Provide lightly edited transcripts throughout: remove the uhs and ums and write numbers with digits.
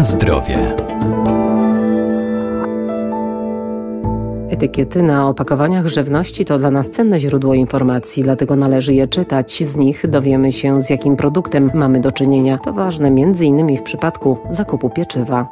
Na zdrowie. Etykiety na opakowaniach żywności to dla nas cenne źródło informacji, dlatego należy je czytać. Z nich dowiemy się, z jakim produktem mamy do czynienia. To ważne m.in. w przypadku zakupu pieczywa.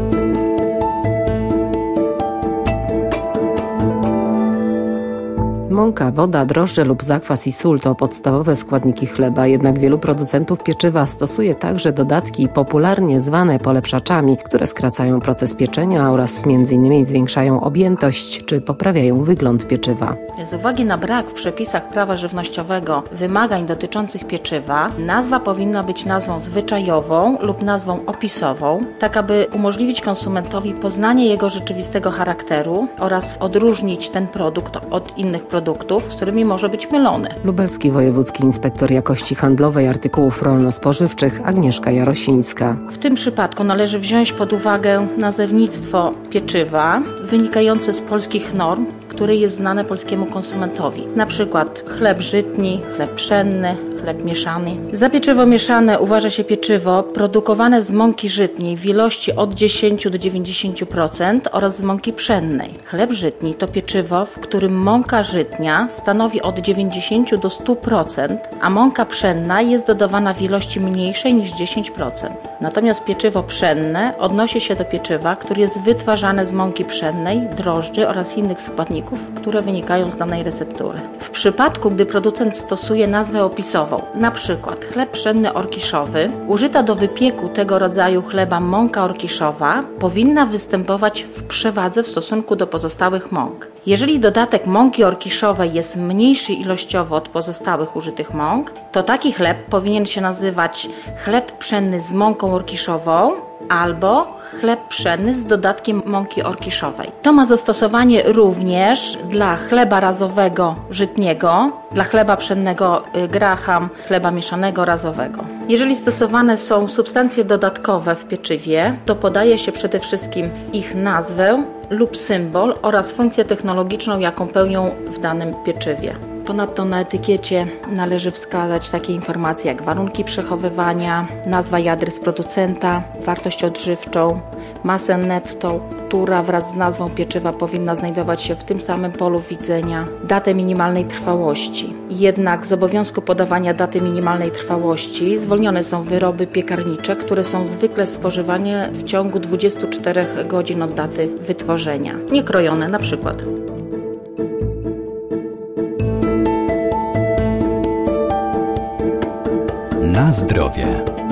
Mąka, woda, drożdże lub zakwas i sól to podstawowe składniki chleba, jednak wielu producentów pieczywa stosuje także dodatki popularnie zwane polepszaczami, które skracają proces pieczenia oraz m.in. zwiększają objętość czy poprawiają wygląd pieczywa. Z uwagi na brak w przepisach prawa żywnościowego wymagań dotyczących pieczywa, nazwa powinna być nazwą zwyczajową lub nazwą opisową, tak aby umożliwić konsumentowi poznanie jego rzeczywistego charakteru oraz odróżnić ten produkt od innych produktów, z którymi może być mylony. Lubelski Wojewódzki Inspektor Jakości Handlowej Artykułów Rolno-Spożywczych Agnieszka Jarosińska. W tym przypadku należy wziąć pod uwagę nazewnictwo pieczywa wynikające z polskich norm, które jest znane polskiemu konsumentowi. Na przykład chleb żytni, chleb pszenny, chleb mieszany. Za pieczywo mieszane uważa się pieczywo produkowane z mąki żytniej w ilości od 10 do 90% oraz z mąki pszennej. Chleb żytni to pieczywo, w którym mąka żytnia stanowi od 90 do 100%, a mąka pszenna jest dodawana w ilości mniejszej niż 10%. Natomiast pieczywo pszenne odnosi się do pieczywa, które jest wytwarzane z mąki pszennej, drożdży oraz innych składników, które wynikają z danej receptury. W przypadku, gdy producent stosuje nazwę opisową, na przykład chleb pszenny orkiszowy, użyta do wypieku tego rodzaju chleba mąka orkiszowa powinna występować w przewadze w stosunku do pozostałych mąk. Jeżeli dodatek mąki orkiszowej jest mniejszy ilościowo od pozostałych użytych mąk, to taki chleb powinien się nazywać chleb pszenny z mąką orkiszową albo chleb pszenny z dodatkiem mąki orkiszowej. To ma zastosowanie również dla chleba razowego żytniego, dla chleba pszennego graham, chleba mieszanego razowego. Jeżeli stosowane są substancje dodatkowe w pieczywie, to podaje się przede wszystkim ich nazwę lub symbol oraz funkcję technologiczną, jaką pełnią w danym pieczywie. Ponadto na etykiecie należy wskazać takie informacje jak warunki przechowywania, nazwa i adres producenta, wartość odżywczą, masę netto, która wraz z nazwą pieczywa powinna znajdować się w tym samym polu widzenia, datę minimalnej trwałości. Jednak z obowiązku podawania daty minimalnej trwałości zwolnione są wyroby piekarnicze, które są zwykle spożywane w ciągu 24 godzin od daty wytworzenia. Niekrojone na przykład. Na zdrowie.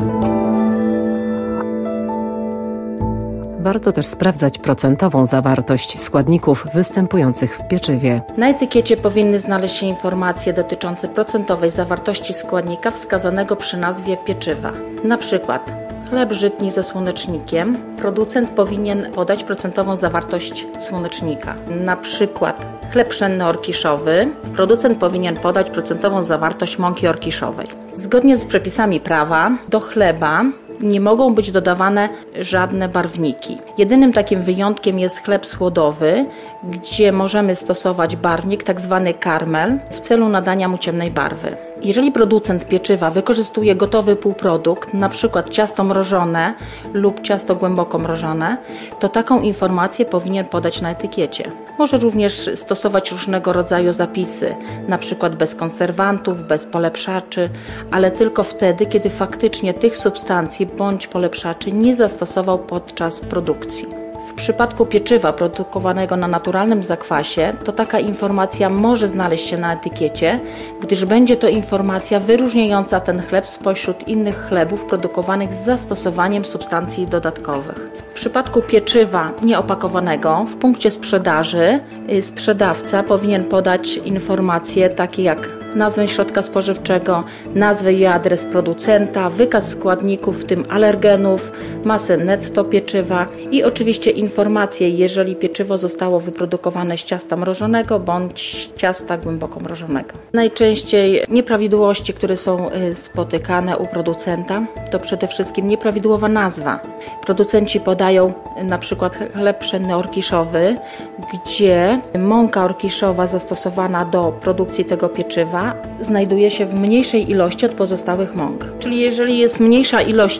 Warto też sprawdzać procentową zawartość składników występujących w pieczywie. Na etykiecie powinny znaleźć się informacje dotyczące procentowej zawartości składnika wskazanego przy nazwie pieczywa. Na przykład chleb żytni ze słonecznikiem. Producent powinien podać procentową zawartość słonecznika. Na przykład chleb pszenny orkiszowy. Producent powinien podać procentową zawartość mąki orkiszowej. Zgodnie z przepisami prawa do chleba nie mogą być dodawane żadne barwniki. Jedynym takim wyjątkiem jest chleb słodowy, gdzie możemy stosować barwnik, tak zwany karmel, w celu nadania mu ciemnej barwy. Jeżeli producent pieczywa wykorzystuje gotowy półprodukt, np. ciasto mrożone lub ciasto głęboko mrożone, to taką informację powinien podać na etykiecie. Może również stosować różnego rodzaju zapisy, np. bez konserwantów, bez polepszaczy, ale tylko wtedy, kiedy faktycznie tych substancji bądź polepszaczy nie zastosował podczas produkcji. W przypadku pieczywa produkowanego na naturalnym zakwasie, to taka informacja może znaleźć się na etykiecie, gdyż będzie to informacja wyróżniająca ten chleb spośród innych chlebów produkowanych z zastosowaniem substancji dodatkowych. W przypadku pieczywa nieopakowanego w punkcie sprzedaży sprzedawca powinien podać informacje takie jak nazwę środka spożywczego, nazwę i adres producenta, wykaz składników, w tym alergenów, masę netto pieczywa i oczywiście informacje, jeżeli pieczywo zostało wyprodukowane z ciasta mrożonego bądź ciasta głęboko mrożonego. Najczęściej nieprawidłowości, które są spotykane u producenta, to przede wszystkim nieprawidłowa nazwa. Producenci podają na przykład chleb pszenny orkiszowy, gdzie mąka orkiszowa zastosowana do produkcji tego pieczywa znajduje się w mniejszej ilości od pozostałych mąk. Czyli jeżeli jest mniejsza ilość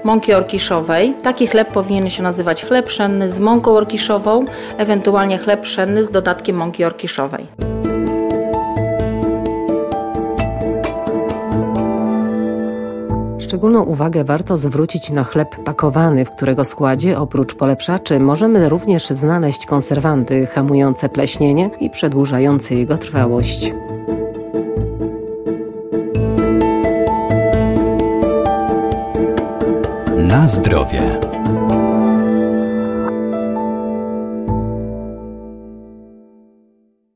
mąki orkiszowej. Taki chleb powinien się nazywać chleb pszenny z mąką orkiszową, ewentualnie chleb pszenny z dodatkiem mąki orkiszowej. Szczególną uwagę warto zwrócić na chleb pakowany, w którego składzie oprócz polepszaczy możemy również znaleźć konserwanty hamujące pleśnienie i przedłużające jego trwałość. Na zdrowie.